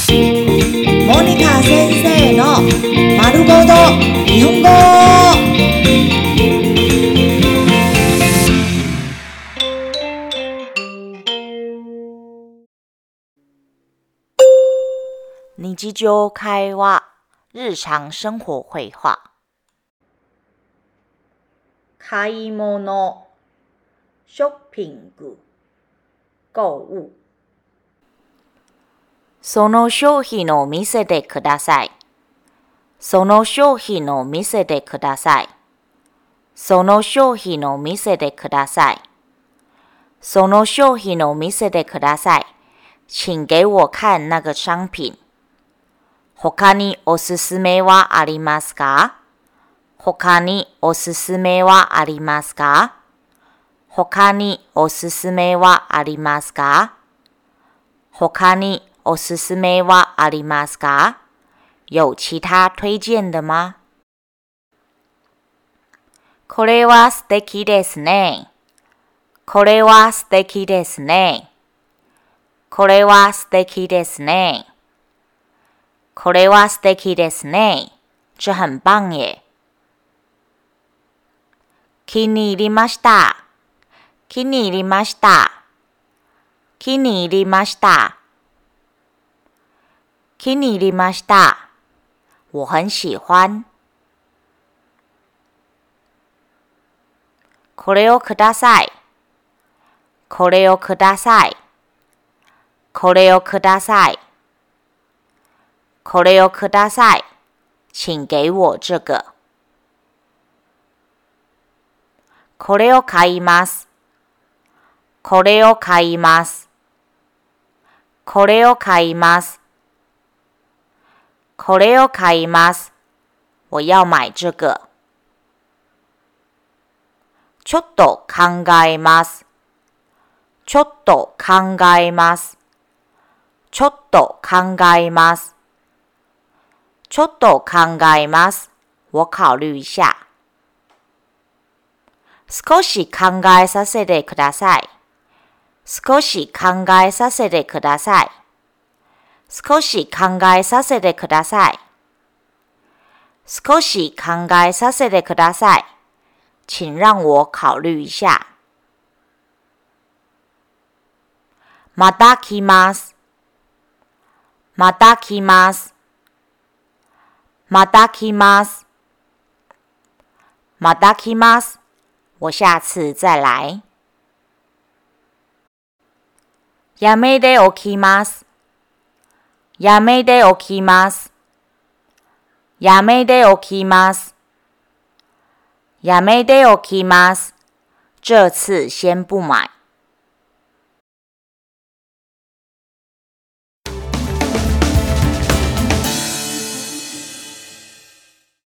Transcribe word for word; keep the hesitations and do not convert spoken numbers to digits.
モニカ先生の丸ごと日本語。日常会話、日常生活会話。買い物、ショッピング、購物。その商品を見せてください。その商品を見せてください。その商品を見せてください。その商品を見せてください。請給我看那個商品。他におすすめはありますか？他におすすめはありますか？他におすすめはありますか？他におすすめはありますか？有其他推薦的嗎？これは素敵ですね。これは素敵ですね。これは素敵ですね。これは素敵ですね。這很棒耶。気に入りました。気に入りました。気に入りました。気に入りました。我很喜歡。これをください。これをください。これをください。これをください。請給我這個。これを買います。これを買います。これを買います。これを買います。我要買這個。ちょっと考えます。ちょっと考えます。ちょっと考えます。ちょっと考えます。我考慮一下。少し考えさせてください。少し考えさせてください。少し考えさせてください。少し考えさせてください。請讓我考慮一下。また来ます。また来ます。また来ます。また来ます。我下次再來。やめておきます。やめておきます。やめておきます。やめておきます。這次先不買。